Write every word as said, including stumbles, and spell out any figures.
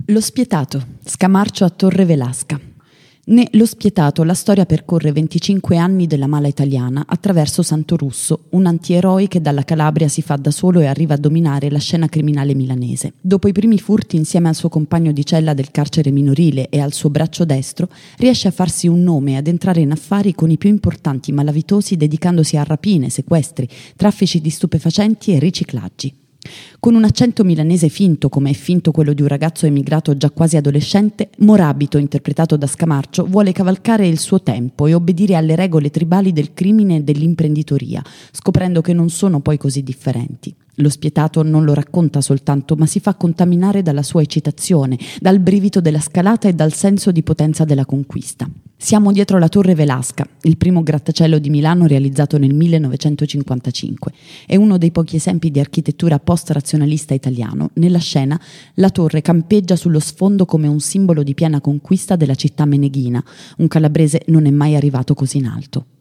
Lo Spietato, Scamarcio a Torre Velasca. Né Lo Spietato, la storia percorre venticinque anni della mala italiana attraverso Santo Russo, un antieroe che dalla Calabria si fa da solo e arriva a dominare la scena criminale milanese. Dopo i primi furti insieme al suo compagno di cella del carcere minorile e al suo braccio destro, riesce a farsi un nome e ad entrare in affari con i più importanti malavitosi dedicandosi a rapine, sequestri, traffici di stupefacenti e riciclaggi. Con un accento milanese finto, come è finto quello di un ragazzo emigrato già quasi adolescente, Morabito, interpretato da Scamarcio, vuole cavalcare il suo tempo e obbedire alle regole tribali del crimine e dell'imprenditoria, scoprendo che non sono poi così differenti. Lo Spietato non lo racconta soltanto, ma si fa contaminare dalla sua eccitazione, dal brivido della scalata e dal senso di potenza della conquista. Siamo dietro la Torre Velasca, il primo grattacielo di Milano realizzato nel millenovecentocinquantacinque. È uno dei pochi esempi di architettura post-razionalista italiano. Nella scena, la torre campeggia sullo sfondo come un simbolo di piena conquista della città meneghina. Un calabrese non è mai arrivato così in alto.